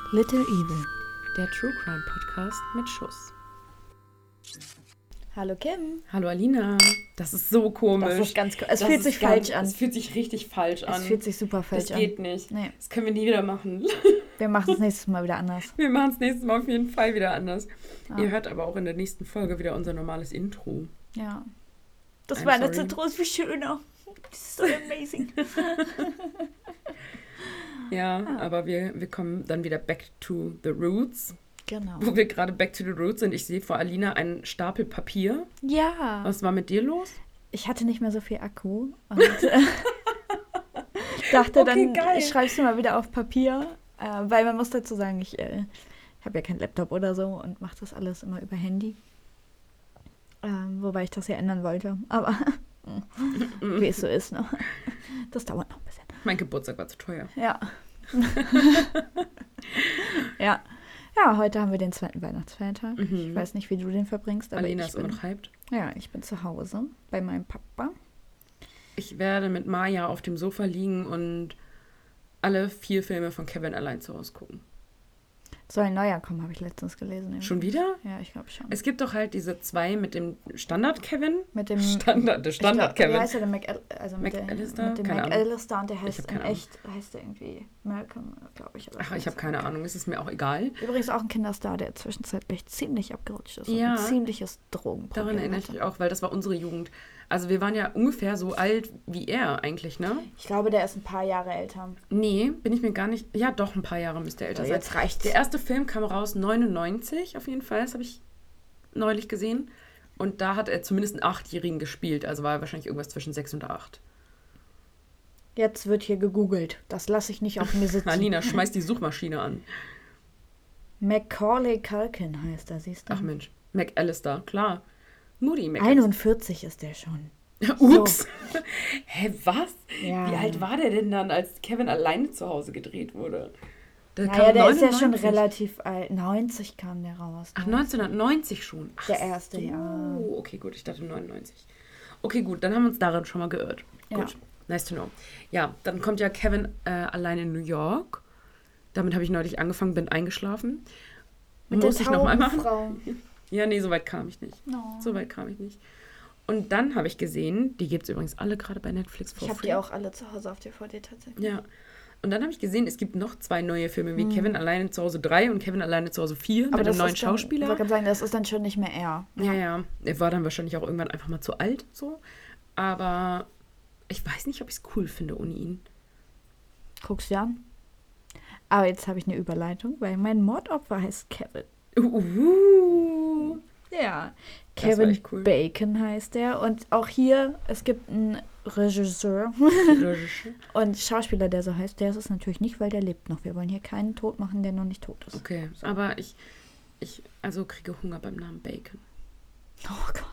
Little Evil. Der True Crime Podcast mit Schuss. Hallo Kim. Hallo Alina. Das ist so komisch. Das ist ganz Es fühlt sich falsch an. Es fühlt sich richtig falsch an. Es fühlt sich super falsch an. Das geht nicht. Nee. Das können wir nie wieder machen. Wir machen es nächstes Mal wieder anders. Wir machen es nächstes Mal auf jeden Fall wieder anders. Ja. Ihr hört aber auch in der nächsten Folge wieder unser normales Intro. Ja. Das I'm war das sorry. Intro ist viel schöner. Das ist so amazing. Ja, aber wir kommen dann wieder back to the roots. Genau. Wo wir gerade back to the roots sind. Ich sehe vor Alina einen Stapel Papier. Ja. Was war mit dir los? Ich hatte nicht mehr so viel Akku und dachte Okay, dann, geil. ich schreibe es mal wieder auf Papier, weil man muss dazu sagen, ich habe ja keinen Laptop oder so und mache das alles immer über Handy. Wobei ich das ja ändern wollte, aber wie es so ist, ne? Das dauert noch ein bisschen. Mein Geburtstag war zu teuer. Ja. Ja. Ja, heute haben wir den zweiten Weihnachtsfeiertag. Ich weiß nicht, wie du den verbringst, aber Alina ich ist immer bin, noch hyped. ja, ich bin zu Hause bei meinem Papa. Ich werde mit Maya auf dem Sofa liegen und alle 4 Filme von Kevin allein zu Hause gucken. Soll ein neuer kommen, habe ich letztens gelesen. Irgendwie. Schon wieder? Ja, ich glaube schon. Es gibt doch halt diese 2 mit dem Standard-Kevin. Mit dem Standard-Kevin. Wie heißt der McAllister? Mit dem Keine Ahnung. McAllister und der Ich heißt hab in keine echt, heißt der irgendwie Malcolm, glaube ich. Oder Ach, so. ich habe keine Ahnung. Es ist mir auch egal. Übrigens auch ein Kinderstar, der zwischenzeitlich ziemlich abgerutscht ist. Ja. Und ein ziemliches Drogenproblem Daran erinnere ich hatte. mich auch, weil das war unsere Jugend. Also wir waren ja ungefähr so alt wie er eigentlich, ne? Ich glaube, der ist ein paar Jahre älter. Nee, bin ich mir gar nicht... Ja, doch, ein paar Jahre müsste er älter Ja, sein. jetzt reicht's. Der erste Film kam raus 99 auf jeden Fall. Das habe ich neulich gesehen. Und da hat er zumindest einen 8-Jährigen gespielt. Also war er wahrscheinlich irgendwas zwischen 6 und 8. Jetzt wird hier gegoogelt. Das lasse ich nicht auf mir sitzen. Alina, schmeiß die Suchmaschine an. Macaulay Culkin heißt er, siehst du? Ach Mensch, McAllister, klar. Moody McAllister. 41 ist der schon. Ups. Hä, was? Ja. Wie alt war der denn dann, als Kevin alleine zu Hause gedreht wurde? Der Naja, kam der ist ja schon 99. relativ alt. 90 kam der raus. Ach, Ne? 1990 schon. Ach Der erste, so. ja. Okay, gut, ich dachte 99. Okay, gut, dann haben wir uns darin schon mal geirrt. Ja. Gut, nice to know. Ja, dann kommt ja Kevin allein in New York. Damit habe ich neulich angefangen, bin eingeschlafen. Mit Muss der ich nochmal machen? Taubenfrau. Ja, nee, so weit kam ich nicht. No. So weit kam ich nicht. Und dann habe ich gesehen, die gibt es übrigens alle gerade bei Netflix for Ich habe free. die auch alle zu Hause auf DVD tatsächlich. Ja. Und dann habe ich gesehen, es gibt noch 2 neue Filme, wie Kevin alleine zu Hause 3 und Kevin alleine zu Hause 4 mit einem neuen Ich Schauspieler. wollte gerade sagen, das ist dann schon nicht mehr er. Ja. Er war dann wahrscheinlich auch irgendwann einfach mal zu alt, so. Aber ich weiß nicht, ob ich es cool finde ohne ihn. Guck's dir an. Aber jetzt habe ich eine Überleitung, weil mein Mordopfer heißt Kevin. Ja, Das war Kevin echt cool. Bacon heißt er. Und auch hier, es gibt einen Regisseur und Schauspieler, der so heißt. Der ist es natürlich nicht, weil der lebt noch. Wir wollen hier keinen tot machen, der noch nicht tot ist. Okay, aber ich also kriege Hunger beim Namen Bacon. Oh Gott.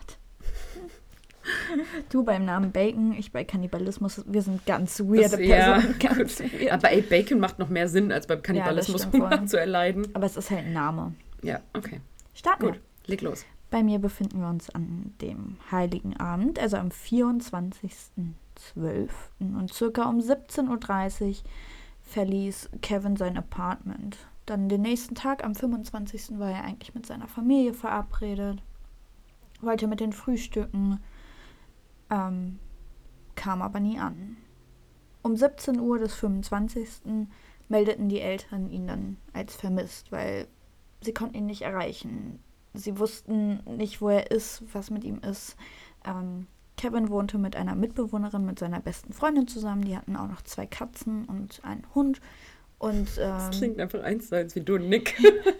Du beim Namen Bacon, ich bei Kannibalismus. Wir sind ganz weirde Personen. Ganz weird. Aber ey, Bacon macht noch mehr Sinn, als beim Kannibalismus stimmt Hunger voll. zu erleiden. Aber es ist halt ein Name. Ja, okay. Starten wir. Gut, leg los. Bei mir befinden wir uns an dem Heiligen Abend, also am 24.12. Und circa um 17.30 Uhr verließ Kevin sein Apartment. Dann den nächsten Tag, am 25. war er eigentlich mit seiner Familie verabredet, wollte mit den Frühstücken, kam aber nie an. Um 17 Uhr des 25. meldeten die Eltern ihn dann als vermisst, weil sie konnten ihn nicht erreichen. Sie wussten nicht, wo er ist, was mit ihm ist. Kevin wohnte mit einer Mitbewohnerin, mit seiner besten Freundin zusammen. Die hatten auch noch 2 Katzen und einen Hund. Und, Das klingt einfach 1:1 wie du und Nick.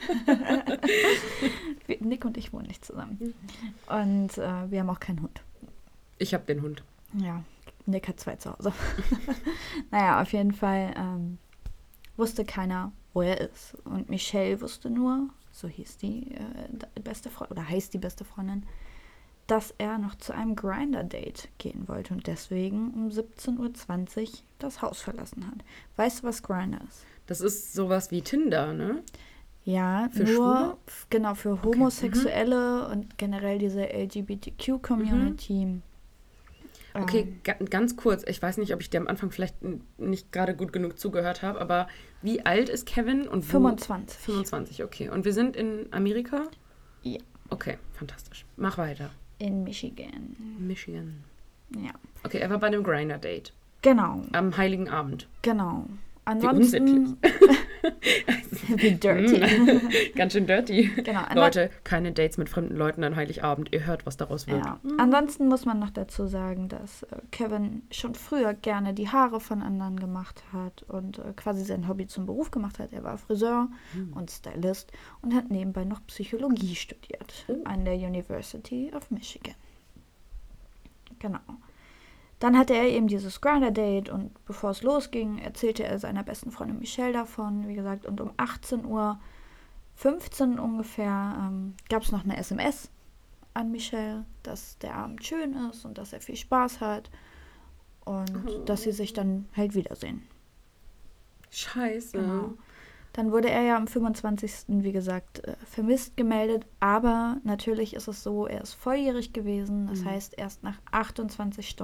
Nick und ich wohnen nicht zusammen. Und wir haben auch keinen Hund. Ich habe den Hund. Ja, Nick hat 2 zu Hause. Naja, auf jeden Fall wusste keiner, wo er ist. Und Michelle wusste nur, so hieß die beste Freundin, oder heißt die beste Freundin, dass er noch zu einem Grindr-Date gehen wollte und deswegen um 17.20 Uhr das Haus verlassen hat. Weißt du, was Grindr ist? Das ist sowas wie Tinder, ne? Ja, Für nur Schwule? genau für Homosexuelle und generell diese LGBTQ-Community. Okay, ganz kurz. Ich weiß nicht, ob ich dir am Anfang vielleicht nicht gerade gut genug zugehört habe, aber wie alt ist Kevin und wo? 25. 25, okay. Und wir sind in Amerika? Ja. Okay, fantastisch. Mach weiter. In Michigan. Michigan. Ja. Okay, er war bei einem Grinder-Date. Genau. Am Heiligen Abend. Genau. Wie Ansonsten. Wie dirty. Ganz schön dirty. Genau. Leute, keine Dates mit fremden Leuten an Heiligabend. Ihr hört, was daraus wird. Ja. Ansonsten muss man noch dazu sagen, dass Kevin schon früher gerne die Haare von anderen gemacht hat und quasi sein Hobby zum Beruf gemacht hat. Er war Friseur und Stylist und hat nebenbei noch Psychologie studiert an der University of Michigan. Genau. Dann hatte er eben dieses Grindr-Date und bevor es losging, erzählte er seiner besten Freundin Michelle davon, wie gesagt, und um 18:15 Uhr ungefähr gab es noch eine SMS an Michelle, dass der Abend schön ist und dass er viel Spaß hat und dass sie sich dann halt wiedersehen. Scheiße. Genau. Dann wurde er ja am 25., wie gesagt, vermisst gemeldet, aber natürlich ist es so, er ist volljährig gewesen, das heißt, erst nach 48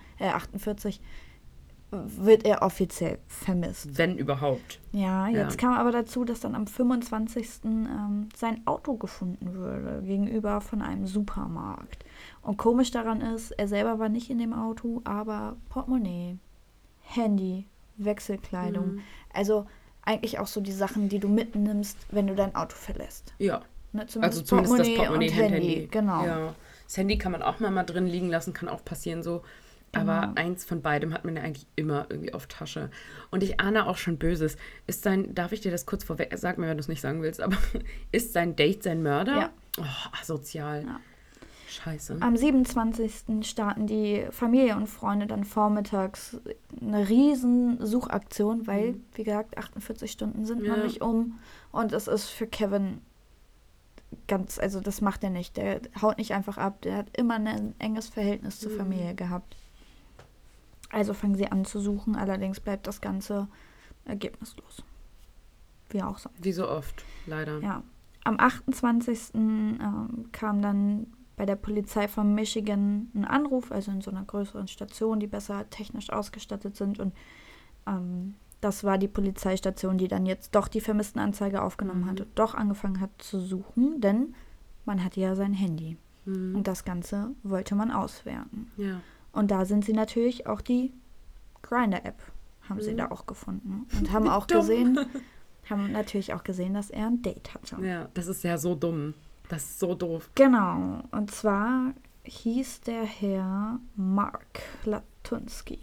wird er offiziell vermisst. Wenn überhaupt. Ja, jetzt kam aber dazu, dass dann am 25. Sein Auto gefunden wurde, gegenüber von einem Supermarkt. Und komisch daran ist, er selber war nicht in dem Auto, aber Portemonnaie, Handy, Wechselkleidung, also eigentlich auch so die Sachen, die du mitnimmst, wenn du dein Auto verlässt. Ja. Ne, Also zumindest das Portemonnaie, und Handy. Genau. Ja. Das Handy kann man auch mal drin liegen lassen, kann auch passieren so. Aber eins von beidem hat man ja eigentlich immer irgendwie auf Tasche. Und ich ahne auch schon Böses. Darf ich dir das kurz vorweg, sag mir, wenn du es nicht sagen willst, aber ist sein Date sein Mörder? Ja. Oh, asozial. Ja. Scheiße. Am 27. starten die Familie und Freunde dann vormittags eine riesen Suchaktion, weil, wie gesagt, 48 Stunden sind noch nicht um. Und es ist für Kevin also das macht er nicht. Der haut nicht einfach ab. Der hat immer ein enges Verhältnis zur Familie gehabt. Also fangen sie an zu suchen, allerdings bleibt das Ganze ergebnislos. Wie auch so. Wie so oft, leider. Ja. Am 28. kam dann bei der Polizei von Michigan ein Anruf, also in so einer größeren Station, die besser technisch ausgestattet sind. Und das war die Polizeistation, die dann jetzt doch die Vermisstenanzeige aufgenommen hat und doch angefangen hat zu suchen, denn man hatte ja sein Handy. Und das Ganze wollte man auswerten. Ja. Und da sind sie natürlich auch die Grindr-App, haben sie da auch gefunden. Und haben natürlich auch gesehen, dass er ein Date hatte. Ja, das ist ja so dumm. Das ist so doof. Genau. Und zwar hieß der Herr Mark Latunski.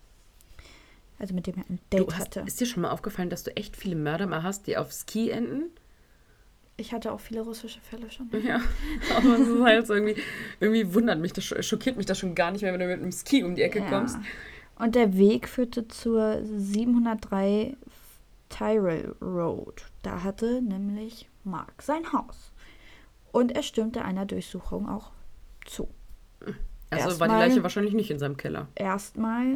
Also mit dem er ein Date hatte. Ist dir schon mal aufgefallen, dass du echt viele Mörder mal hast, die auf Ski enden? Ich hatte auch viele russische Fälle schon. Ja, aber es ist halt so irgendwie wundert mich, das schockiert mich das schon gar nicht mehr, wenn du mit einem Ski um die Ecke kommst. Und der Weg führte zur 703 Tyrrell Road. Da hatte nämlich Mark sein Haus. Und er stimmte einer Durchsuchung auch zu. Also war die Leiche wahrscheinlich nicht in seinem Keller. Erstmal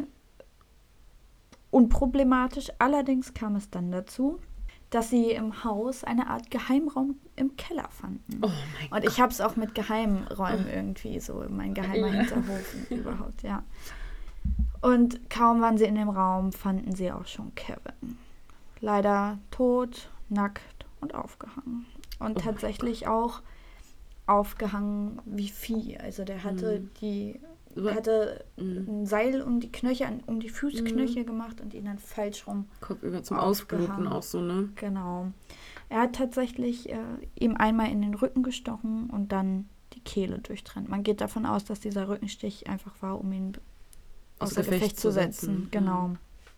unproblematisch. Allerdings kam es dann dazu, dass sie im Haus eine Art Geheimraum im Keller fanden. Oh mein Gott. Und ich habe es auch mit Geheimräumen irgendwie so, mein geheimer Hinterhof überhaupt, ja. Und kaum waren sie in dem Raum, fanden sie auch schon Kevin. Leider tot, nackt und aufgehangen. Und tatsächlich auch aufgehangen wie Vieh. Also der hatte ein Seil um die Knöchel, um die Fußknöchel gemacht und ihn dann falsch rum Kopfüber zum Ausbluten auch so, ne? Genau. Er hat tatsächlich ihm einmal in den Rücken gestochen und dann die Kehle durchtrennt. Man geht davon aus, dass dieser Rückenstich einfach war, um ihn außer Gefecht zu setzen. Genau.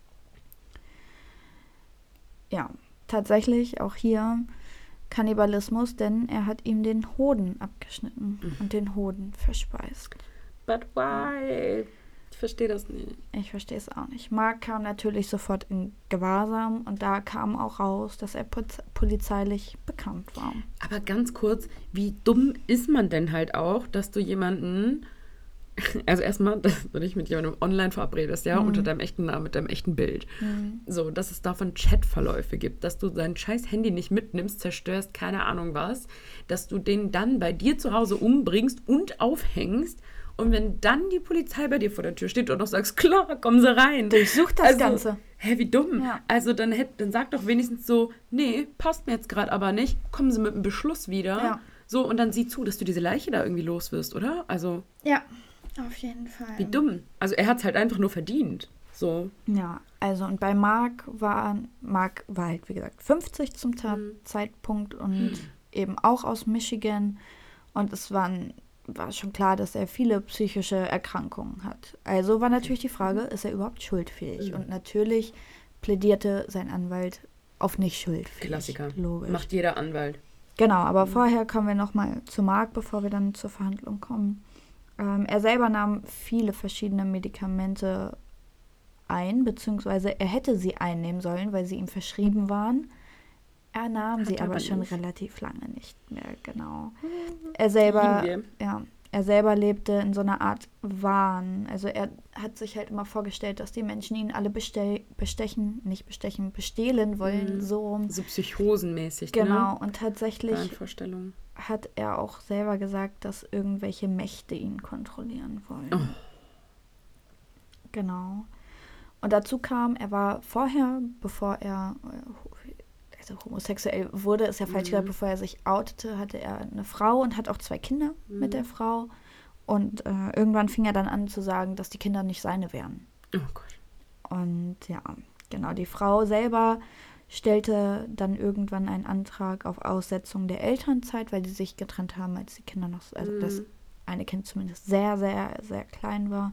Ja, tatsächlich auch hier Kannibalismus, denn er hat ihm den Hoden abgeschnitten und den Hoden verspeist. But why? Ich verstehe das nicht. Ich verstehe es auch nicht. Mark kam natürlich sofort in Gewahrsam und da kam auch raus, dass er polizeilich bekannt war. Aber ganz kurz, wie dumm ist man denn halt auch, dass du jemanden, also erstmal, dass du dich mit jemandem online verabredest, ja, unter deinem echten Namen, mit deinem echten Bild. So, dass es davon Chatverläufe gibt, dass du dein scheiß Handy nicht mitnimmst, zerstörst, keine Ahnung was, dass du den dann bei dir zu Hause umbringst und aufhängst Und wenn dann die Polizei bei dir vor der Tür steht und noch sagst, klar, kommen Sie rein. Durchsucht das Ganze. Hä, wie dumm. Ja. Also dann sag doch wenigstens so, nee, passt mir jetzt gerade aber nicht. Kommen Sie mit einem Beschluss wieder. Ja. So, und dann sieh zu, dass du diese Leiche da irgendwie los wirst, oder? Also. Ja, auf jeden Fall. Wie dumm. Also er hat es halt einfach nur verdient. So. Ja, also und bei Mark war halt, wie gesagt, 50 zum Zeitpunkt und eben auch aus Michigan. Und es war schon klar, dass er viele psychische Erkrankungen hat. Also war natürlich die Frage, ist er überhaupt schuldfähig? Und natürlich plädierte sein Anwalt auf nicht schuldfähig. Klassiker. Logisch. Macht jeder Anwalt. Genau, aber vorher kommen wir nochmal zu Mark, bevor wir dann zur Verhandlung kommen. Er selber nahm viele verschiedene Medikamente ein, beziehungsweise er hätte sie einnehmen sollen, weil sie ihm verschrieben waren. Er nahm sie aber schon relativ lange nicht mehr, genau. Er selber lebte in so einer Art Wahn. Also er hat sich halt immer vorgestellt, dass die Menschen ihn alle bestehlen wollen. So psychosenmäßig, genau, ne? und tatsächlich hat er auch selber gesagt, dass irgendwelche Mächte ihn kontrollieren wollen. Oh. Genau. Und dazu kam, er war vorher, bevor er homosexuell wurde, ist ja falsch gesagt, bevor er sich outete, hatte er eine Frau und hat auch 2 Kinder mit der Frau. Und irgendwann fing er dann an zu sagen, dass die Kinder nicht seine wären. Oh Gott. Und ja, genau, die Frau selber stellte dann irgendwann einen Antrag auf Aussetzung der Elternzeit, weil die sich getrennt haben, als die Kinder noch, also das eine Kind zumindest sehr, sehr, sehr klein war.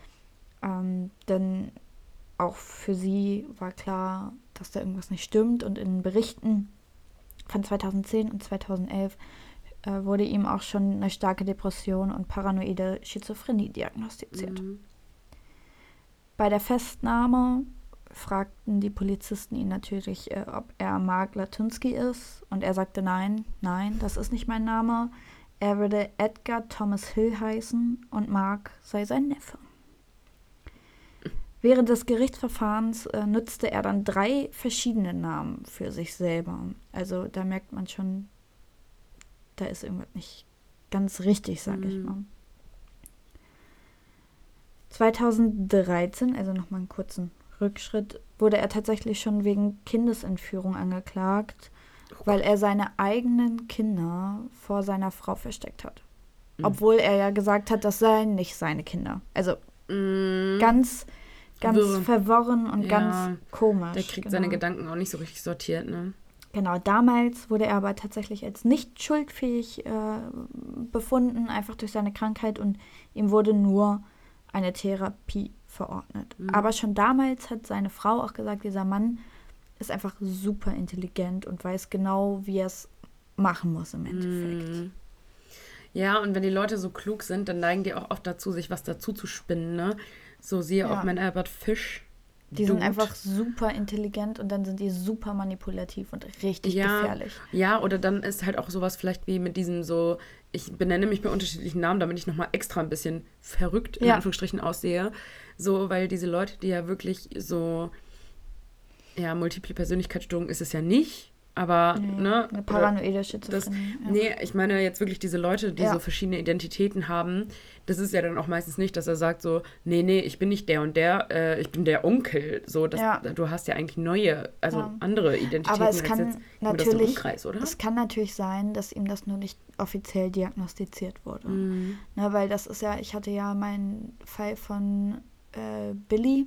Denn auch für sie war klar, dass da irgendwas nicht stimmt. Und in Berichten von 2010 und 2011 wurde ihm auch schon eine starke Depression und paranoide Schizophrenie diagnostiziert. Bei der Festnahme fragten die Polizisten ihn natürlich, ob er Mark Latunsky ist. Und er sagte, nein, das ist nicht mein Name. Er würde Edgar Thomas Hill heißen und Mark sei sein Neffe. Während des Gerichtsverfahrens nutzte er dann 3 verschiedene Namen für sich selber. Also da merkt man schon, da ist irgendwas nicht ganz richtig, sage ich mal. 2013, also nochmal einen kurzen Rückschritt, wurde er tatsächlich schon wegen Kindesentführung angeklagt, weil er seine eigenen Kinder vor seiner Frau versteckt hat. Obwohl er ja gesagt hat, das seien nicht seine Kinder. Also ganz verworren und ganz komisch. Der kriegt seine Gedanken auch nicht so richtig sortiert, ne? Genau, damals wurde er aber tatsächlich als nicht schuldfähig befunden, einfach durch seine Krankheit, und ihm wurde nur eine Therapie verordnet. Aber schon damals hat seine Frau auch gesagt, dieser Mann ist einfach super intelligent und weiß genau, wie er es machen muss im Endeffekt. Ja, und wenn die Leute so klug sind, dann neigen die auch oft dazu, sich was dazu zu spinnen, ne? So siehe auch mein Albert Fish. Die sind einfach super intelligent und dann sind die super manipulativ und richtig gefährlich. Ja, oder dann ist halt auch sowas vielleicht wie mit diesem so, ich benenne mich bei unterschiedlichen Namen, damit ich nochmal extra ein bisschen verrückt in Anführungsstrichen aussehe. So, weil diese Leute, die ja wirklich so, multiple Persönlichkeitsstörung ist es ja nicht. Aber, ne? Eine paranoide Schizophrenie. Nee, ich meine jetzt wirklich diese Leute, die so verschiedene Identitäten haben, das ist ja dann auch meistens nicht, dass er sagt so, nee, ich bin nicht der und der, ich bin der Onkel. So, du hast ja eigentlich neue, andere Identitäten. Aber es kann natürlich, Umkreis, oder? Es kann natürlich sein, dass ihm das nur nicht offiziell diagnostiziert wurde. Ne, weil das ist ja, ich hatte ja meinen Fall von Billy,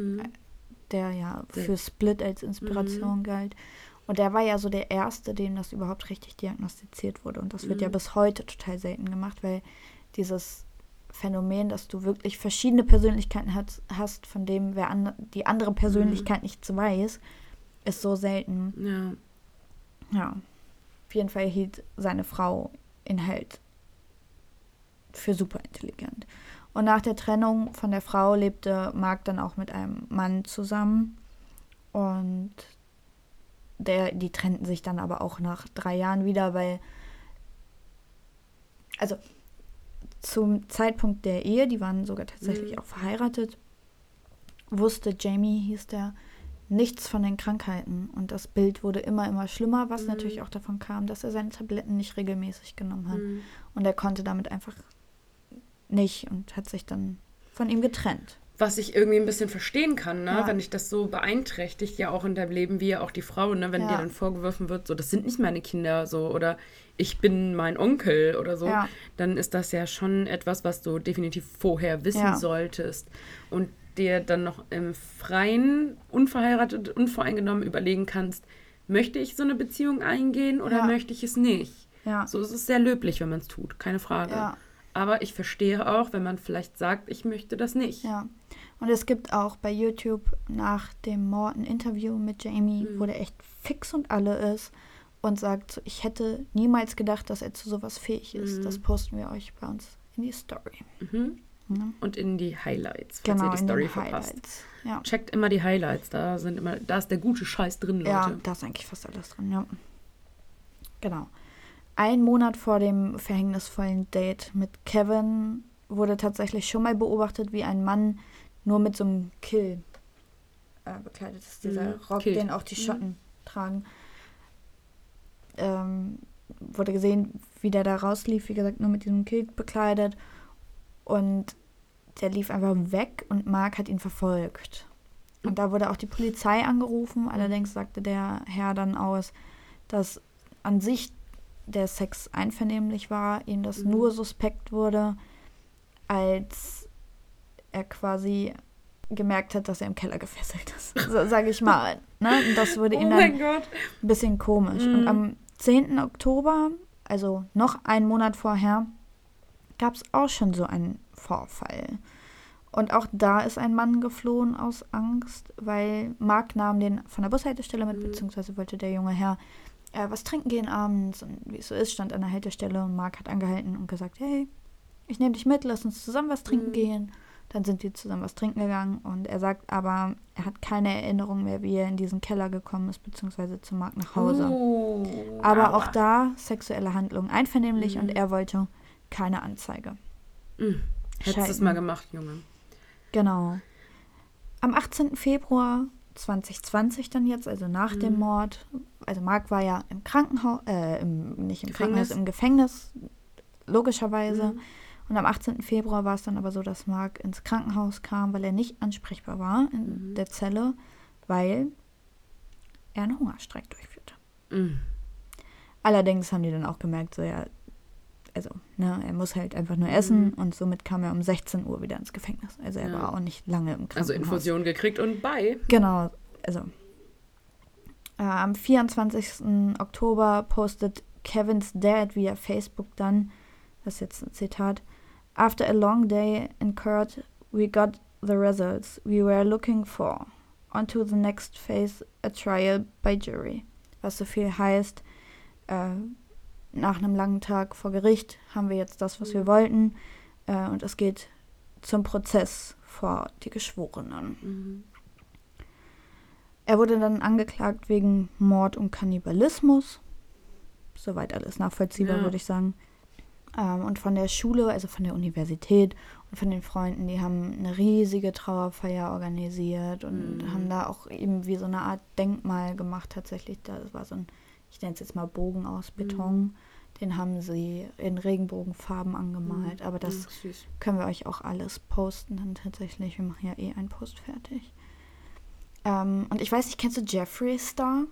der ja für Split als Inspiration galt. Und der war ja so der Erste, dem das überhaupt richtig diagnostiziert wurde. Und das wird ja bis heute total selten gemacht, weil dieses Phänomen, dass du wirklich verschiedene Persönlichkeiten hast, von dem die andere Persönlichkeit nichts weiß, ist so selten. Ja. Auf jeden Fall hielt seine Frau ihn halt für super intelligent. Und nach der Trennung von der Frau lebte Mark dann auch mit einem Mann zusammen. Und die trennten sich dann aber auch nach 3 Jahren wieder, weil, also zum Zeitpunkt der Ehe, die waren sogar tatsächlich auch verheiratet, wusste Jamie, hieß der, nichts von den Krankheiten. Und das Bild wurde immer schlimmer, was natürlich auch davon kam, dass er seine Tabletten nicht regelmäßig genommen hat. Und er konnte damit einfach nicht und hat sich dann von ihm getrennt. Was ich irgendwie ein bisschen verstehen kann, ne? Ja. Wenn dich das so beeinträchtigt, ja auch in deinem Leben, wie ja auch die Frau, ne? Wenn dir dann vorgeworfen wird, so, das sind nicht meine Kinder, so, oder ich bin mein Onkel oder so, dann ist das ja schon etwas, was du definitiv vorher wissen solltest. Und dir dann noch im Freien, unverheiratet, unvoreingenommen überlegen kannst, möchte ich so eine Beziehung eingehen oder möchte ich es nicht? Ja. So ist es sehr löblich, wenn man es tut, keine Frage. Ja. Aber ich verstehe auch, wenn man vielleicht sagt, ich möchte das nicht. Ja. Und es gibt auch bei YouTube nach dem Mord ein Interview mit Jamie, wo der echt fix und alle ist und sagt, so, ich hätte niemals gedacht, dass er zu sowas fähig ist. Das posten wir euch bei uns in die Story. Ja. Und in die Highlights, falls ihr die Story verpasst. Ja. Checkt immer die Highlights, da ist der gute Scheiß drin, Leute. Ja, da ist eigentlich fast alles drin, ja. Genau. 1 Monat vor dem verhängnisvollen Date mit Kevin wurde tatsächlich schon mal beobachtet, wie ein Mann nur mit so einem Kill bekleidet ist. Dieser Rock, Kilt. den auch die Schotten tragen. Wurde gesehen, wie der da rauslief, wie gesagt, nur mit diesem Kill bekleidet. Und der lief einfach weg und Mark hat ihn verfolgt. Und da wurde auch die Polizei angerufen. Allerdings sagte der Herr dann aus, dass an sich der Sex einvernehmlich war, ihm das nur suspekt wurde, als er quasi gemerkt hat, dass er im Keller gefesselt ist. So, sag ich mal. Ne? Und das wurde ihm dann ein bisschen komisch. Und am 10. Oktober, also noch einen Monat vorher, gab es auch schon so einen Vorfall. Und auch da ist ein Mann geflohen aus Angst, weil Mark nahm den von der Bushaltestelle mit, beziehungsweise wollte der junge Herr was trinken gehen abends. Und wie es so ist, stand an der Haltestelle und Mark hat angehalten und gesagt, hey, ich nehme dich mit, lass uns zusammen was trinken gehen. Dann sind die zusammen was trinken gegangen und er sagt aber, er hat keine Erinnerung mehr, wie er in diesen Keller gekommen ist, beziehungsweise zu Mark nach Hause. Aber auch da sexuelle Handlungen einvernehmlich und er wollte keine Anzeige. Hättest du es mal gemacht, Junge. Genau. Am 18. Februar 2020 dann jetzt, also nach dem Mord, also Mark war ja im Krankenhaus, nicht im Krankenhaus, im Gefängnis, logischerweise. Und am 18. Februar war es dann aber so, dass Mark ins Krankenhaus kam, weil er nicht ansprechbar war in der Zelle, weil er einen Hungerstreik durchführte. Allerdings haben die dann auch gemerkt, so ja, also, ne, er muss halt einfach nur essen und somit kam er um 16 Uhr wieder ins Gefängnis. Also er war auch nicht lange im Krankenhaus. Also Infusion gekriegt und bye. Genau, also am 24. Oktober postet Kevins Dad via Facebook dann, das ist jetzt ein Zitat, After a long day in court, we got the results we were looking for. On to the next phase, a trial by jury. Was so viel heißt, nach einem langen Tag vor Gericht haben wir jetzt das, was wir wollten. Und es geht zum Prozess vor die Geschworenen. Er wurde dann angeklagt wegen Mord und Kannibalismus. Soweit alles nachvollziehbar, würde ich sagen. Und von der Schule, also von der Universität und von den Freunden, die haben eine riesige Trauerfeier organisiert und haben da auch eben wie so eine Art Denkmal gemacht tatsächlich. Das war so ein, ich nenne es jetzt mal Bogen aus Beton. Den haben sie in Regenbogenfarben angemalt. Aber das können wir euch auch alles posten dann tatsächlich. Wir machen ja einen Post fertig. Und ich weiß nicht, kennst du Jeffree Star?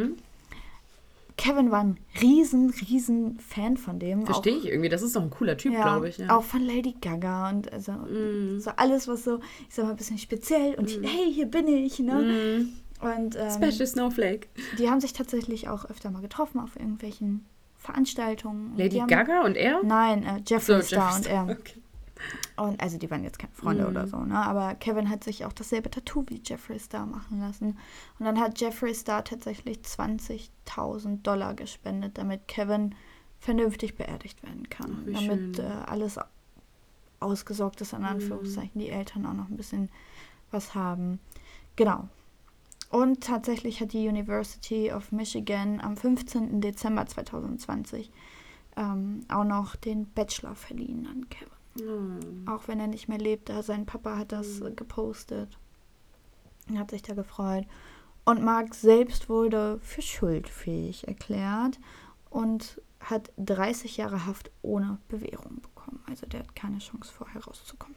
Kevin war ein riesen Fan von dem. Verstehe ich irgendwie. Das ist doch ein cooler Typ, glaube ich. Ja. Auch von Lady Gaga und also so alles, was so, ich sag mal, ein bisschen speziell und hey, hier bin ich, ne? Und, Special Snowflake. Die haben sich tatsächlich auch öfter mal getroffen auf irgendwelchen Veranstaltungen. Lady Gaga und er? Nein, Jeffree Star und er. Okay. Und also die waren jetzt keine Freunde oder so, ne? Aber Kevin hat sich auch dasselbe Tattoo wie Jeffree Star machen lassen. Und dann hat Jeffree Star tatsächlich $20.000 gespendet, damit Kevin vernünftig beerdigt werden kann. Wie damit schön. alles ausgesorgt ist, in Anführungszeichen, die Eltern auch noch ein bisschen was haben. Genau. Und tatsächlich hat die University of Michigan am 15. Dezember 2020 auch noch den Bachelor verliehen an Kevin. Auch wenn er nicht mehr lebte. Sein Papa hat das gepostet. Er hat sich da gefreut. Und Mark selbst wurde für schuldfähig erklärt. Und hat 30 Jahre Haft ohne Bewährung bekommen. Also der hat keine Chance, vorher rauszukommen.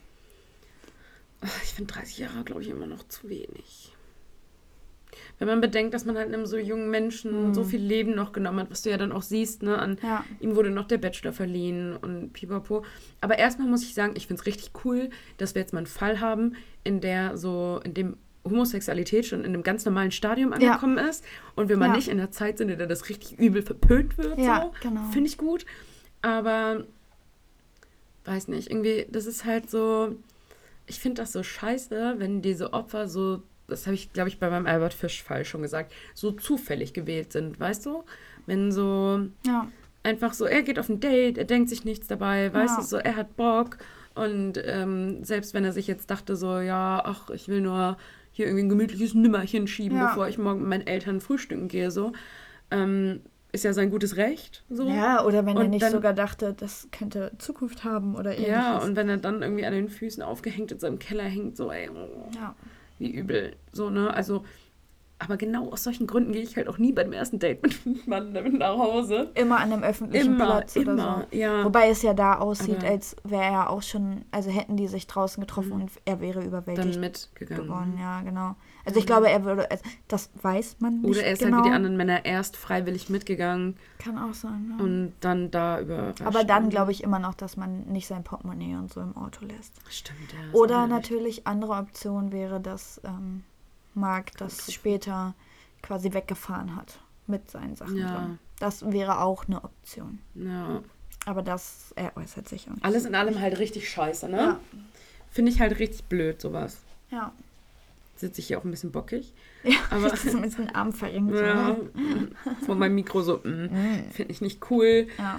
Ich finde 30 Jahre, glaube ich, immer noch zu wenig. Wenn man bedenkt, dass man halt einem so jungen Menschen so viel Leben noch genommen hat, was du ja dann auch siehst, ne? Ihm wurde noch der Bachelor verliehen und pipapo. Aber erstmal muss ich sagen, ich finde es richtig cool, dass wir jetzt mal einen Fall haben, in dem Homosexualität schon in einem ganz normalen Stadium angekommen ist und wir mal nicht in der Zeit sind, in der das richtig übel verpönt wird. Ja, so. genau. Finde ich gut. Aber weiß nicht, irgendwie, das ist halt so, ich finde das so scheiße, wenn diese Opfer so, das habe ich, glaube ich, bei meinem Albert Fisch-Fall schon gesagt, so zufällig gewählt sind, weißt du? Wenn so einfach so, er geht auf ein Date, er denkt sich nichts dabei, weißt du, so, er hat Bock und selbst wenn er sich jetzt dachte so, ja, ach, ich will nur hier irgendwie ein gemütliches Nimmerchen schieben, bevor ich morgen mit meinen Eltern frühstücken gehe, so, ist ja sein gutes Recht. So. Ja, oder wenn und er nicht dann, sogar dachte, das könnte Zukunft haben oder ähnliches. Ja, und wenn er dann irgendwie an den Füßen aufgehängt in seinem Keller hängt, so, ey, wie übel. So, ne? Also, aber genau aus solchen Gründen gehe ich halt auch nie beim ersten Date mit einem Mann damit nach Hause. Immer an einem öffentlichen Platz oder so. Ja. Wobei es ja da aussieht, als wäre er auch schon, also hätten die sich draußen getroffen und er wäre überwältigt dann mitgegangen. geworden. Ja, genau. Also ich glaube, er würde, also das weiß man nicht oder er ist genau. halt wie die anderen Männer erst freiwillig mitgegangen. Kann auch sein, ja. Und dann da überrascht. Aber dann glaube ich immer noch, dass man nicht sein Portemonnaie und so im Auto lässt. Stimmt, ja. Oder natürlich andere Option wäre, dass Mark das später quasi weggefahren hat mit seinen Sachen drin. Das wäre auch eine Option. Ja. Aber das, er äußert sich auch nicht. Alles in allem halt richtig scheiße, ne? Ja. Finde ich halt richtig blöd, sowas. Ja. Sitze ich hier auch ein bisschen bockig. Ja, aber das ist ein bisschen Arm verrenkt. Ja, vor meinem Mikro so, finde ich nicht cool. Ja.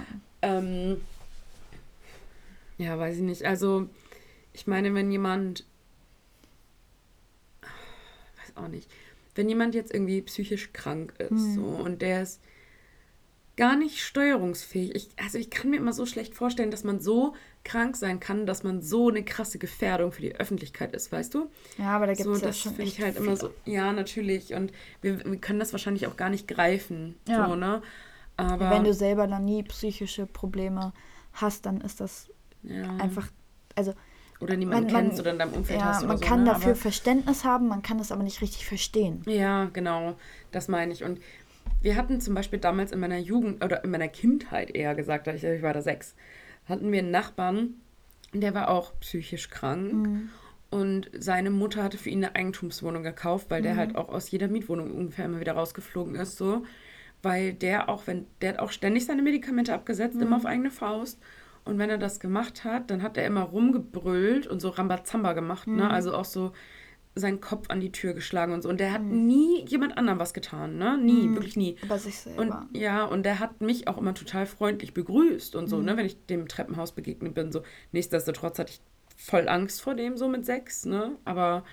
Ja, weiß ich nicht. Also, ich meine, wenn jemand, weiß auch nicht, wenn jemand jetzt irgendwie psychisch krank ist so, und der ist gar nicht steuerungsfähig. Ich kann mir immer so schlecht vorstellen, dass man so krank sein kann, dass man so eine krasse Gefährdung für die Öffentlichkeit ist, weißt du? Ja, aber da gibt es so, ja schon finde echt ich halt viele. immer so, ja, natürlich. Und wir können das wahrscheinlich auch gar nicht greifen. Ja. So, ne? Aber wenn du selber noch nie psychische Probleme hast, dann ist das einfach, also oder niemanden kennst oder in deinem Umfeld hast oder man so. kann ne? dafür aber, Verständnis haben, man kann es aber nicht richtig verstehen. Ja, genau, das meine ich. Und wir hatten zum Beispiel damals in meiner Jugend, oder in meiner Kindheit eher gesagt, ich war da 6, hatten wir einen Nachbarn, der war auch psychisch krank. Und seine Mutter hatte für ihn eine Eigentumswohnung gekauft, weil der halt auch aus jeder Mietwohnung ungefähr immer wieder rausgeflogen ist, so. Weil der hat auch ständig seine Medikamente abgesetzt, immer auf eigene Faust. Und wenn er das gemacht hat, dann hat er immer rumgebrüllt und so Rambazamba gemacht, ne? Also auch so seinen Kopf an die Tür geschlagen und so. Und der hat nie jemand anderem was getan, ne? Nie, wirklich nie. Aber sich selber. Und der hat mich auch immer total freundlich begrüßt und so, ne? Wenn ich dem im Treppenhaus begegnet bin, so. Nichtsdestotrotz hatte ich voll Angst vor dem, so mit 6, ne? Aber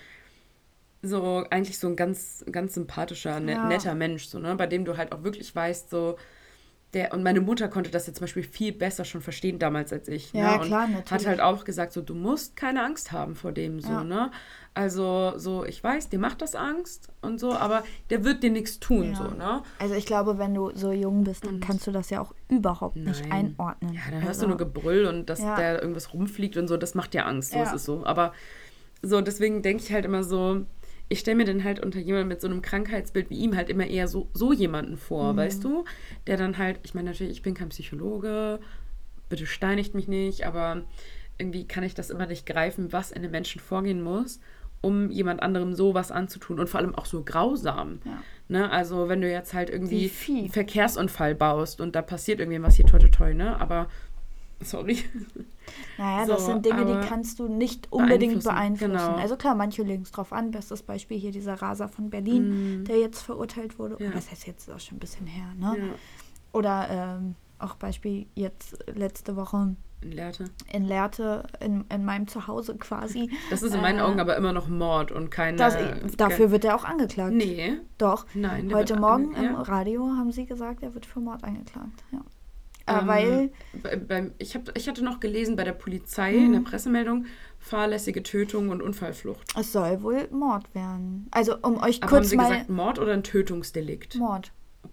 so eigentlich so ein ganz, ganz sympathischer, netter Mensch, so, ne? Bei dem du halt auch wirklich weißt, so, und meine Mutter konnte das jetzt zum Beispiel viel besser schon verstehen damals als ich. Ja, ne? klar, Und natürlich. hat halt auch gesagt, so, du musst keine Angst haben vor dem, so, ne? Also, so, ich weiß, dir macht das Angst und so, aber der wird dir nichts tun, so, ne? Also ich glaube, wenn du so jung bist, dann kannst du das ja auch überhaupt nicht einordnen. Ja, dann hörst du nur Gebrüll und dass der irgendwas rumfliegt und so, das macht dir Angst, so, es ist so. Aber so, deswegen denke ich halt immer so, ich stelle mir dann halt unter jemandem mit so einem Krankheitsbild wie ihm halt immer eher so jemanden vor, weißt du? Der dann halt, ich meine natürlich, ich bin kein Psychologe, bitte steinigt mich nicht, aber irgendwie kann ich das immer nicht greifen, was in einem Menschen vorgehen muss, um jemand anderem sowas anzutun und vor allem auch so grausam. Ja. Ne? Also wenn du jetzt halt irgendwie Wie einen Verkehrsunfall baust und da passiert irgendwie was hier toi toi toi, ne? Aber sorry. Naja, So, das sind Dinge, aber die kannst du nicht unbedingt beeinflussen. genau. Also klar, manche legen es drauf an. Bestes Beispiel hier dieser Raser von Berlin, der jetzt verurteilt wurde. Ja. Das heißt jetzt auch schon ein bisschen her, ne? Ja. Oder auch Beispiel jetzt letzte Woche in Lehrte, in meinem Zuhause quasi. Das ist in meinen Augen aber immer noch Mord und keine... Dafür wird er auch angeklagt. Nee. Doch. Nein. der Heute wird Morgen im ja. Radio haben sie gesagt, er wird für Mord angeklagt. Ja. Weil... Ich hatte noch gelesen bei der Polizei in der Pressemeldung, fahrlässige Tötung und Unfallflucht. Es soll wohl Mord werden. Also um euch Aber kurz haben Sie mal... gesagt Mord oder ein Tötungsdelikt? Mord. Okay.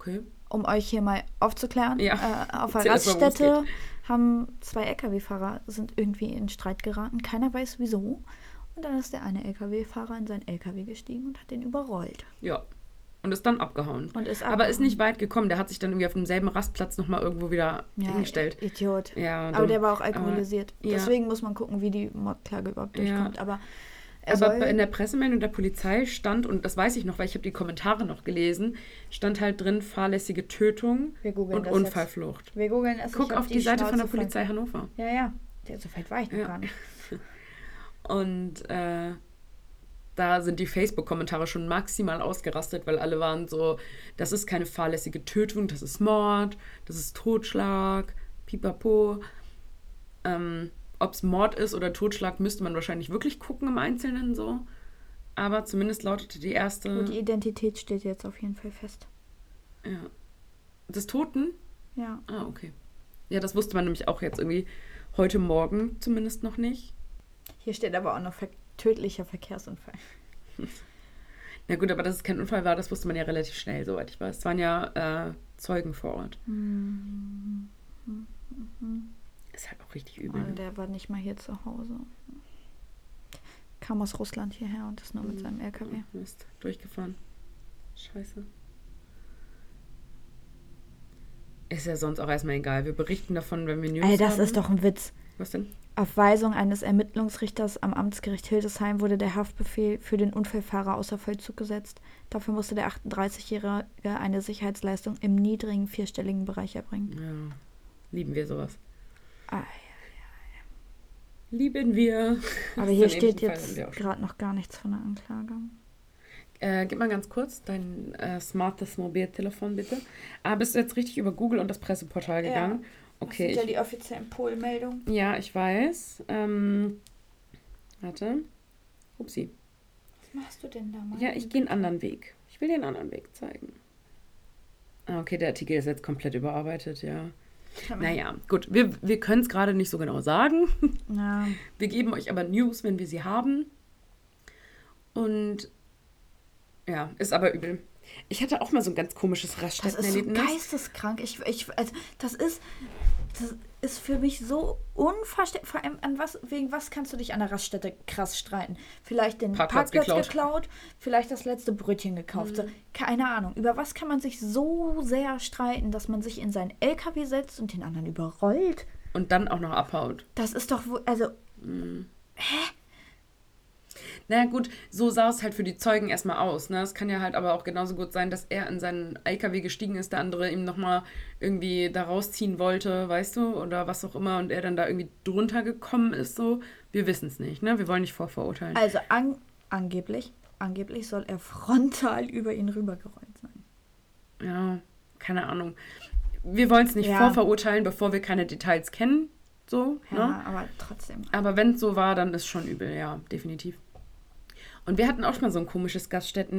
um euch hier mal aufzuklären, auf der Erzähl erst mal, worum es Raststätte haben 2 LKW-Fahrer sind irgendwie in Streit geraten. Keiner weiß wieso. Und dann ist der eine LKW-Fahrer in seinen LKW gestiegen und hat den überrollt. Ja. Und ist dann abgehauen. Und ist Aber ist nicht weit gekommen. Der hat sich dann irgendwie auf demselben Rastplatz nochmal irgendwo wieder Ja, hingestellt. Idiot. Ja, Aber der war auch alkoholisiert. ja. Deswegen muss man gucken, wie die Mordklage überhaupt durchkommt. Aber in der Pressemeldung der Polizei stand, und das weiß ich noch, weil ich habe die Kommentare noch gelesen, stand halt drin fahrlässige Tötung und Unfallflucht. Jetzt. Wir googeln es. Guck auf die Seite von der Polizei Hannover. Ja. So weit war ich noch gar nicht. Und da sind die Facebook-Kommentare schon maximal ausgerastet, weil alle waren so, das ist keine fahrlässige Tötung, das ist Mord, das ist Totschlag, pipapo. Ob es Mord ist oder Totschlag, müsste man wahrscheinlich wirklich gucken im Einzelnen so. Aber zumindest lautete die erste... Und die Identität steht jetzt auf jeden Fall fest. Ja. Des Toten? Ja. Ah, okay. Ja, das wusste man nämlich auch jetzt irgendwie heute Morgen zumindest noch nicht. Hier steht aber auch noch tödlicher Verkehrsunfall. Na gut, aber dass es kein Unfall war, das wusste man ja relativ schnell, soweit ich weiß. Es waren ja Zeugen vor Ort. Ist halt auch richtig übel. Und der war nicht mal hier zu Hause. Kam aus Russland hierher und ist nur mit seinem LKW. Mist, durchgefahren. Scheiße. Ist ja sonst auch erstmal egal. Wir berichten davon, wenn wir News haben. Das ist doch ein Witz. Was denn? Auf Weisung eines Ermittlungsrichters am Amtsgericht Hildesheim wurde der Haftbefehl für den Unfallfahrer außer Vollzug gesetzt. Dafür musste der 38-Jährige eine Sicherheitsleistung im niedrigen vierstelligen Bereich erbringen. Ja, lieben wir sowas. Ja. Lieben wir. Aber hier steht jetzt gerade noch gar nichts von der Anklage. Gib mal ganz kurz dein smartes Mobiltelefon, bitte. Bist du jetzt richtig über Google und das Presseportal gegangen? Ja. Okay. Das sind ja die offiziellen Polmeldungen. Ja, ich weiß. Warte. Upsi. Was machst du denn da mal? Ja, ich gehe einen anderen Weg. Ich will dir einen anderen Weg zeigen. Okay, der Artikel ist jetzt komplett überarbeitet, ja. Naja, gut. Wir können es gerade nicht so genau sagen. Ja. Wir geben euch aber News, wenn wir sie haben. Und ja, ist aber übel. Ich hatte auch mal so ein ganz komisches Raststättenerlebnis. Das ist so geisteskrank. Also das ist für mich so unverständlich. Vor allem, wegen was kannst du dich an der Raststätte krass streiten? Vielleicht den Parkplatz geklaut, vielleicht das letzte Brötchen gekauft. So, keine Ahnung. Über was kann man sich so sehr streiten, dass man sich in seinen LKW setzt und den anderen überrollt? Und dann auch noch abhaut. Das ist doch Hä? Naja gut, so sah es halt für die Zeugen erstmal aus. Ne? Es kann ja halt aber auch genauso gut sein, dass er in seinen LKW gestiegen ist, der andere ihm nochmal irgendwie da rausziehen wollte, weißt du, oder was auch immer, und er dann da irgendwie drunter gekommen ist, so. Wir wissen es nicht, ne? Wir wollen nicht vorverurteilen. Also angeblich soll er frontal über ihn rübergerollt sein. Ja, keine Ahnung. Wir wollen es nicht vorverurteilen, bevor wir keine Details kennen, so. Ja, ne? aber trotzdem. Aber wenn es so war, dann ist schon übel, ja, definitiv. Und wir hatten auch schon mal so ein komisches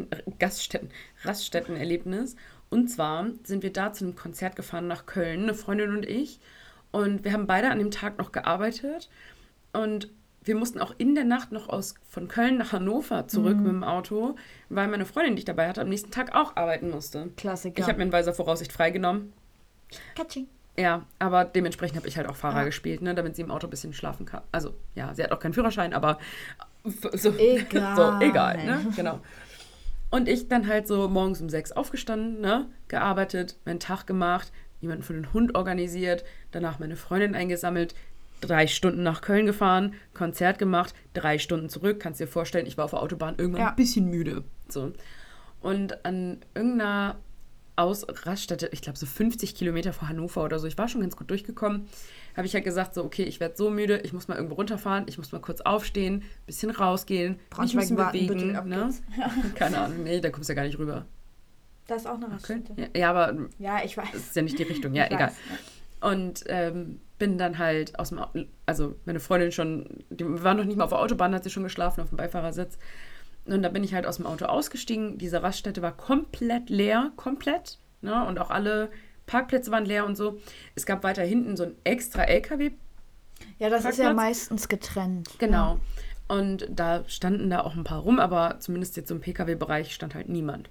Raststättenerlebnis. Und zwar sind wir da zu einem Konzert gefahren nach Köln, eine Freundin und ich. Und wir haben beide an dem Tag noch gearbeitet. Und wir mussten auch in der Nacht noch von Köln nach Hannover zurück mit dem Auto, weil meine Freundin, die ich dabei hatte, am nächsten Tag auch arbeiten musste. Klassiker. Ich habe mir in weiser Voraussicht freigenommen. Katsching. Ja, aber dementsprechend habe ich halt auch Fahrer gespielt, ne, damit sie im Auto ein bisschen schlafen kann. Also, ja, sie hat auch keinen Führerschein, aber so egal, ne? Genau. Und ich dann halt so morgens um 6 aufgestanden, ne, gearbeitet, meinen Tag gemacht, jemanden für den Hund organisiert, danach meine Freundin eingesammelt, 3 Stunden nach Köln gefahren, Konzert gemacht, 3 Stunden zurück. Kannst dir vorstellen, ich war auf der Autobahn irgendwann ein bisschen müde. So. Und an irgendeiner Raststätte, ich glaube so 50 Kilometer vor Hannover oder so, ich war schon ganz gut durchgekommen, habe ich halt gesagt, so okay, ich werde so müde, ich muss mal irgendwo runterfahren, ich muss mal kurz aufstehen, bisschen rausgehen, mich ein bisschen bewegen. Ne? Keine Ahnung, nee, da kommst du ja gar nicht rüber. Da ist auch eine Raststätte. Ja, aber ja, ich weiß. Das ist ja nicht die Richtung, ja, egal. Ja. Und bin dann halt aus dem Auto, also meine Freundin schon, die war noch nicht mal auf der Autobahn, hat sie schon geschlafen auf dem Beifahrersitz. Und da bin ich halt aus dem Auto ausgestiegen. Diese Raststätte war komplett leer, ne? Und auch alle Parkplätze waren leer und so. Es gab weiter hinten so ein extra LKW. Ja, das ist ja meistens getrennt. Genau. Ja. Und da standen da auch ein paar rum, aber zumindest jetzt im PKW-Bereich stand halt niemand.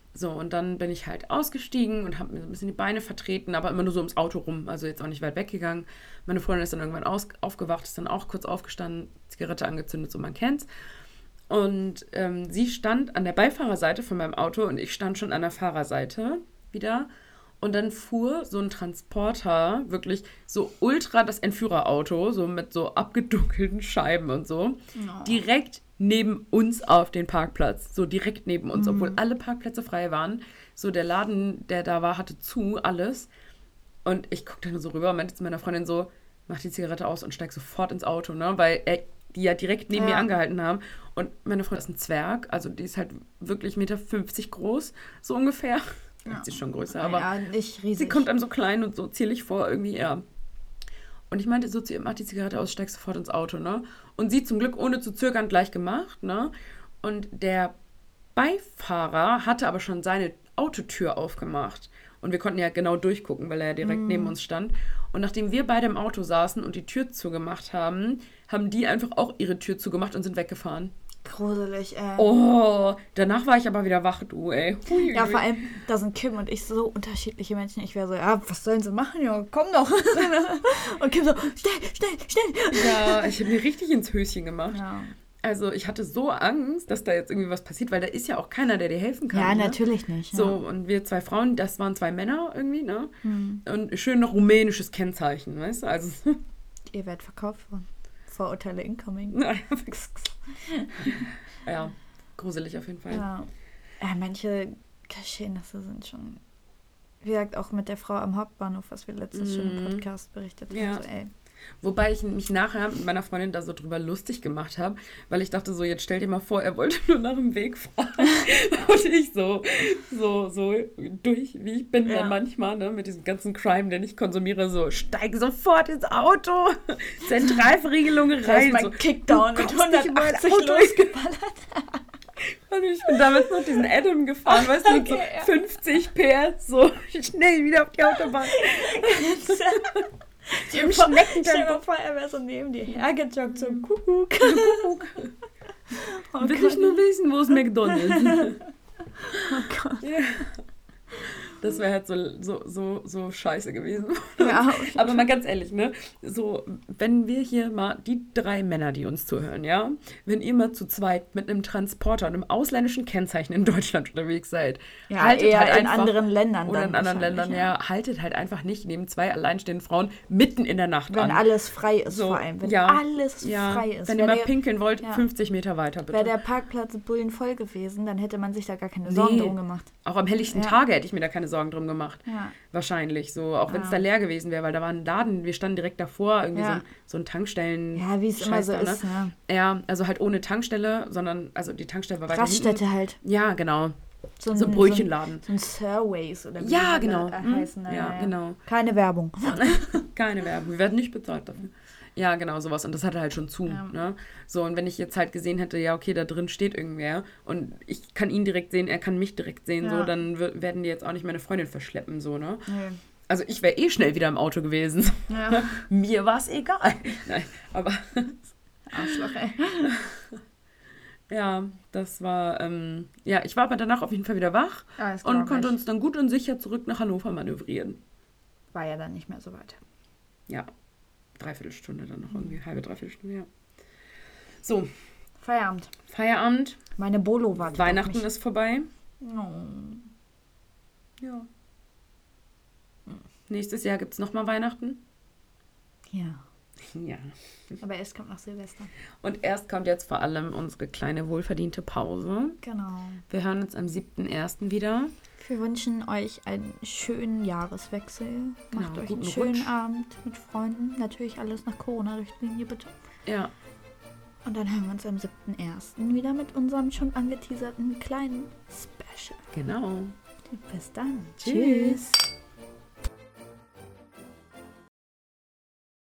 So, und dann bin ich halt ausgestiegen und habe mir so ein bisschen die Beine vertreten, aber immer nur so ums Auto rum, also jetzt auch nicht weit weggegangen. Meine Freundin ist dann irgendwann aufgewacht, ist dann auch kurz aufgestanden, Zigarette angezündet, so man kennt's. Und sie stand an der Beifahrerseite von meinem Auto und ich stand schon an der Fahrerseite wieder. Und dann fuhr so ein Transporter, wirklich so ultra das Entführerauto, so mit so abgedunkelten Scheiben und so, direkt neben uns auf den Parkplatz. So direkt neben uns, obwohl alle Parkplätze frei waren. So der Laden, der da war, hatte zu, alles. Und ich guckte dann so rüber und meinte zu meiner Freundin so, mach die Zigarette aus und steig sofort ins Auto, ne? Weil die ja direkt neben mir angehalten haben. Und meine Freundin ist ein Zwerg, also die ist halt wirklich 1,50 Meter groß, so ungefähr. Ja. Sie ist schon größer, aber nicht riesig. Sie kommt einem so klein und so zierlich vor, irgendwie, ja. Und ich meinte so zu ihr, mach die Zigarette aus, steig sofort ins Auto, ne? Und sie zum Glück ohne zu zögern gleich gemacht, ne? Und der Beifahrer hatte aber schon seine Autotür aufgemacht. Und wir konnten ja genau durchgucken, weil er ja direkt neben uns stand. Und nachdem wir beide im Auto saßen und die Tür zugemacht haben, haben die einfach auch ihre Tür zugemacht und sind weggefahren. Gruselig, ey. Oh, danach war ich aber wieder wach, du, ey. Hui. Ja, vor allem, da sind Kim und ich so unterschiedliche Menschen. Ich wäre so, ja, was sollen sie machen, Junge? Komm doch. Und Kim so, schnell. Ja, ich habe mir richtig ins Höschen gemacht. Ja. Also ich hatte so Angst, dass da jetzt irgendwie was passiert, weil da ist ja auch keiner, der dir helfen kann. Ja, ne? natürlich nicht. Ja. So, und wir 2 Frauen, das waren 2 Männer irgendwie, ne? Und schön noch rumänisches Kennzeichen, weißt du? Also Ihr werdet verkauft worden. Vorurteile incoming. Ja, gruselig auf jeden Fall. Ja. Manche Geschehnisse sind schon, wie gesagt, auch mit der Frau am Hauptbahnhof, was wir letztes schon im Podcast berichtet haben. So, ey. Wobei ich mich nachher mit meiner Freundin da so drüber lustig gemacht habe, weil ich dachte so, jetzt stell dir mal vor, er wollte nur nach dem Weg fragen. Und ich so durch, wie ich bin dann manchmal, ne, mit diesem ganzen Crime, den ich konsumiere, so, steig sofort ins Auto, Zentralverriegelung rein. So, Kickdown mit 180 losgeballert. Und ich bin damals noch diesen Adam gefahren, weißt du, mit so 50 PS, so schnell wieder auf die Autobahn. Stell mir vor, er wäre so neben dir hergejoggt, so Kuckuck. Will ich nur wissen, wo ist McDonald's? Oh Gott. Ja. Das wäre halt so scheiße gewesen. Ja, aber mal ganz ehrlich, ne? So, wenn wir hier mal, die 3 Männer, die uns zuhören, ja? Wenn ihr mal zu zweit mit einem Transporter und einem ausländischen Kennzeichen in Deutschland unterwegs seid, ja, haltet eher halt in einfach, anderen Ländern oder in anderen Ländern, ja, haltet halt einfach nicht neben 2 alleinstehenden Frauen mitten in der Nacht an. Wenn alles frei ist, so, vor allem. Wenn alles frei ist. Wenn ihr mal pinkeln wollt, 50 Meter weiter, bitte. Wäre der Parkplatz bullenvoll gewesen, dann hätte man sich da gar keine Sorgen drum gemacht. Auch am helllichten Tage hätte ich mir da keine Sorgen drum gemacht. Ja. Wahrscheinlich so, auch wenn es da leer gewesen wäre, weil da war ein Laden, wir standen direkt davor, irgendwie so ein Tankstellen. Ja, wie es immer so ist, ne? Ja, also halt ohne Tankstelle, sondern, also die Tankstelle war weiter Raststätte hinten. halt. Ja, genau. So ein Brötchenladen. So ein Surways oder wie ja, genau. heißen. Ja, genau. Keine Werbung. Keine Werbung, wir werden nicht bezahlt dafür. Ja, genau, sowas. Und das hatte halt schon zu. Ja. Ne? So, und wenn ich jetzt halt gesehen hätte, ja, okay, da drin steht irgendwer und ich kann ihn direkt sehen, er kann mich direkt sehen, so, dann werden die jetzt auch nicht meine Freundin verschleppen, so, ne? Nee. Also ich wäre schnell wieder im Auto gewesen. Ja. Mir war es egal. Nein, aber... Arschloch, ey. Ja, das war... ich war aber danach auf jeden Fall wieder wach und konnte uns dann gut und sicher zurück nach Hannover manövrieren. War ja dann nicht mehr so weit. Ja. 3/4 Stunde dann noch irgendwie. Halbe, 3/4 Stunde, ja. So. Feierabend. Meine Bolo wartet. Weihnachten ist vorbei. Oh. Ja. Nächstes Jahr gibt es nochmal Weihnachten. Ja. Ja. Aber erst kommt noch Silvester. Und erst kommt jetzt vor allem unsere kleine wohlverdiente Pause. Genau. Wir hören uns am 7.1. wieder. Wir wünschen euch einen schönen Jahreswechsel. Genau, macht euch einen schönen Abend mit Freunden. Natürlich alles nach Corona-Richtlinie, bitte. Ja. Und dann hören wir uns am 7.1. wieder mit unserem schon angeteaserten kleinen Special. Genau. Bis dann. Tschüss.